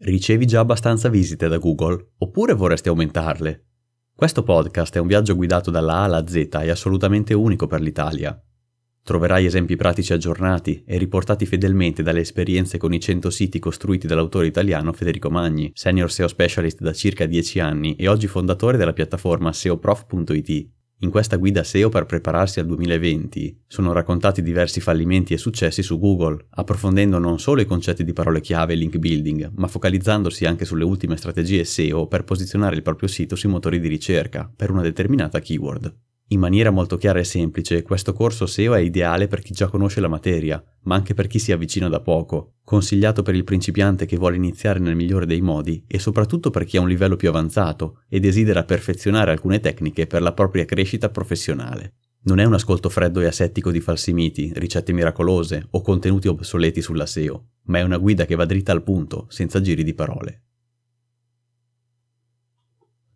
Ricevi già abbastanza visite da Google? Oppure vorresti aumentarle? Questo podcast è un viaggio guidato dalla A alla Z e assolutamente unico per l'Italia. Troverai esempi pratici aggiornati e riportati fedelmente dalle esperienze con i 100 siti costruiti dall'autore italiano Federico Magni, senior SEO specialist da circa 10 anni e oggi fondatore della piattaforma seoprof.it. In questa guida SEO per prepararsi al 2020 sono raccontati diversi fallimenti e successi su Google, approfondendo non solo i concetti di parole chiave e link building, ma focalizzandosi anche sulle ultime strategie SEO per posizionare il proprio sito sui motori di ricerca per una determinata keyword. In maniera molto chiara e semplice, questo corso SEO è ideale per chi già conosce la materia, ma anche per chi si avvicina da poco, consigliato per il principiante che vuole iniziare nel migliore dei modi e soprattutto per chi ha un livello più avanzato e desidera perfezionare alcune tecniche per la propria crescita professionale. Non è un ascolto freddo e asettico di falsi miti, ricette miracolose o contenuti obsoleti sulla SEO, ma è una guida che va dritta al punto, senza giri di parole.